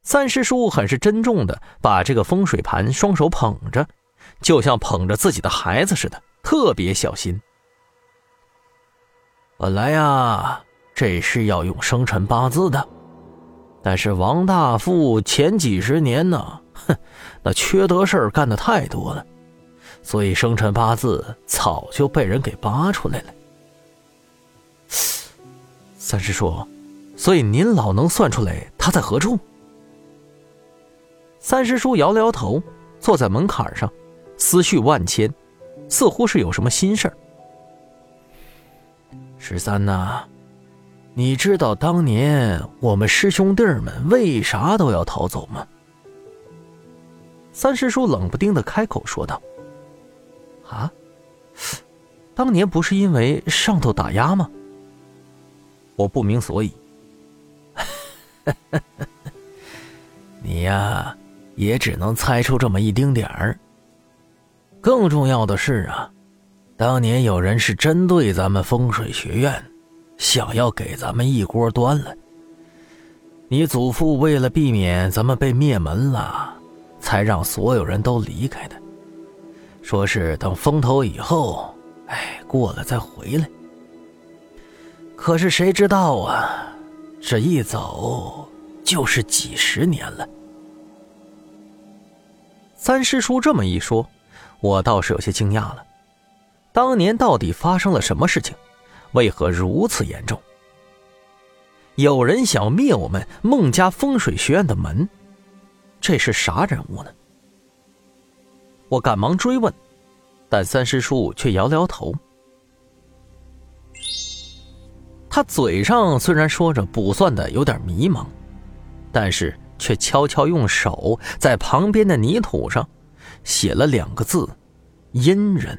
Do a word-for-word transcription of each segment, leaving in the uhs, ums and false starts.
三师叔很是珍重的把这个风水盘双手捧着，就像捧着自己的孩子似的，特别小心。本来呀，这是要用生辰八字的，但是王大富前几十年呢，哼，那缺德事儿干得太多了，所以生辰八字早就被人给扒出来了。三师叔，所以您老能算出来他在何处？三师叔摇了摇头，坐在门槛上，思绪万千，似乎是有什么心事儿。十三呐，你知道当年我们师兄弟们为啥都要逃走吗？三师叔冷不丁地开口说道。啊？当年不是因为上头打压吗？我不明所以。你呀，也只能猜出这么一丁点儿。更重要的是啊，当年有人是针对咱们风水学院，想要给咱们一锅端了。你祖父为了避免咱们被灭门了，才让所有人都离开的，说是等风头以后，哎，过了再回来。可是谁知道啊，这一走就是几十年了。三师叔这么一说，我倒是有些惊讶了。当年到底发生了什么事情？为何如此严重？有人想灭我们孟家风水学院的门，这是啥人物呢？我赶忙追问，但三师叔却摇了摇头。他嘴上虽然说着卜算的有点迷茫，但是却悄悄用手在旁边的泥土上写了两个字：阴人。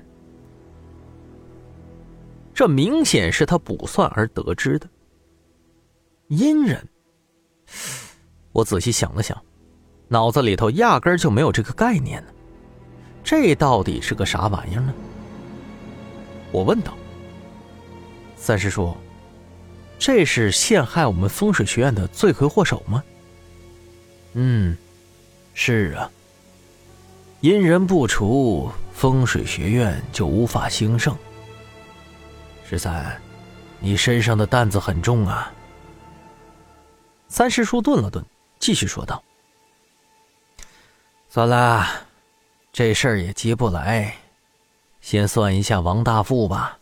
这明显是他卜算而得知的。阴人，我仔细想了想，脑子里头压根儿就没有这个概念呢。这到底是个啥玩意儿呢？我问道。三师叔，这是陷害我们风水学院的罪魁祸首吗？嗯，是啊。阴人不除，风水学院就无法兴盛。十三，你身上的担子很重啊。三师叔顿了顿，继续说道：算了，这事儿也急不来，先算一下王大富吧。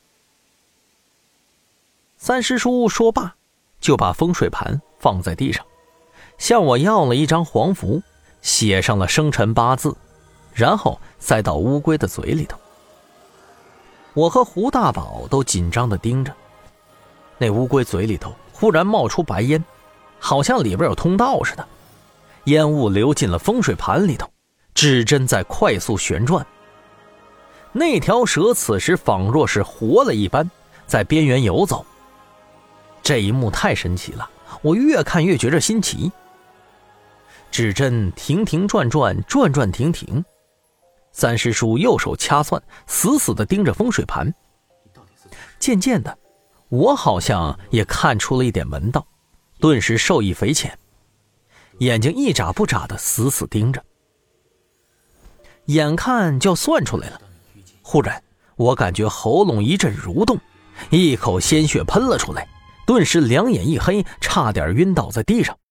三师叔说罢，就把风水盘放在地上，向我要了一张黄符，写上了生辰八字，然后塞到乌龟的嘴里头。我和胡大宝都紧张地盯着，那乌龟嘴里头忽然冒出白烟，好像里边有通道似的，烟雾流进了风水盘里头，指针在快速旋转。那条蛇此时仿若是活了一般，在边缘游走。这一幕太神奇了，我越看越觉着新奇。指针停停转转，转转停停。三师叔右手掐算，死死地盯着风水盘。渐渐的，我好像也看出了一点门道，顿时受益匪浅，眼睛一眨不眨地死死盯着。眼看就要算出来了，忽然我感觉喉咙一阵蠕动，一口鲜血喷了出来，顿时两眼一黑，差点晕倒在地上。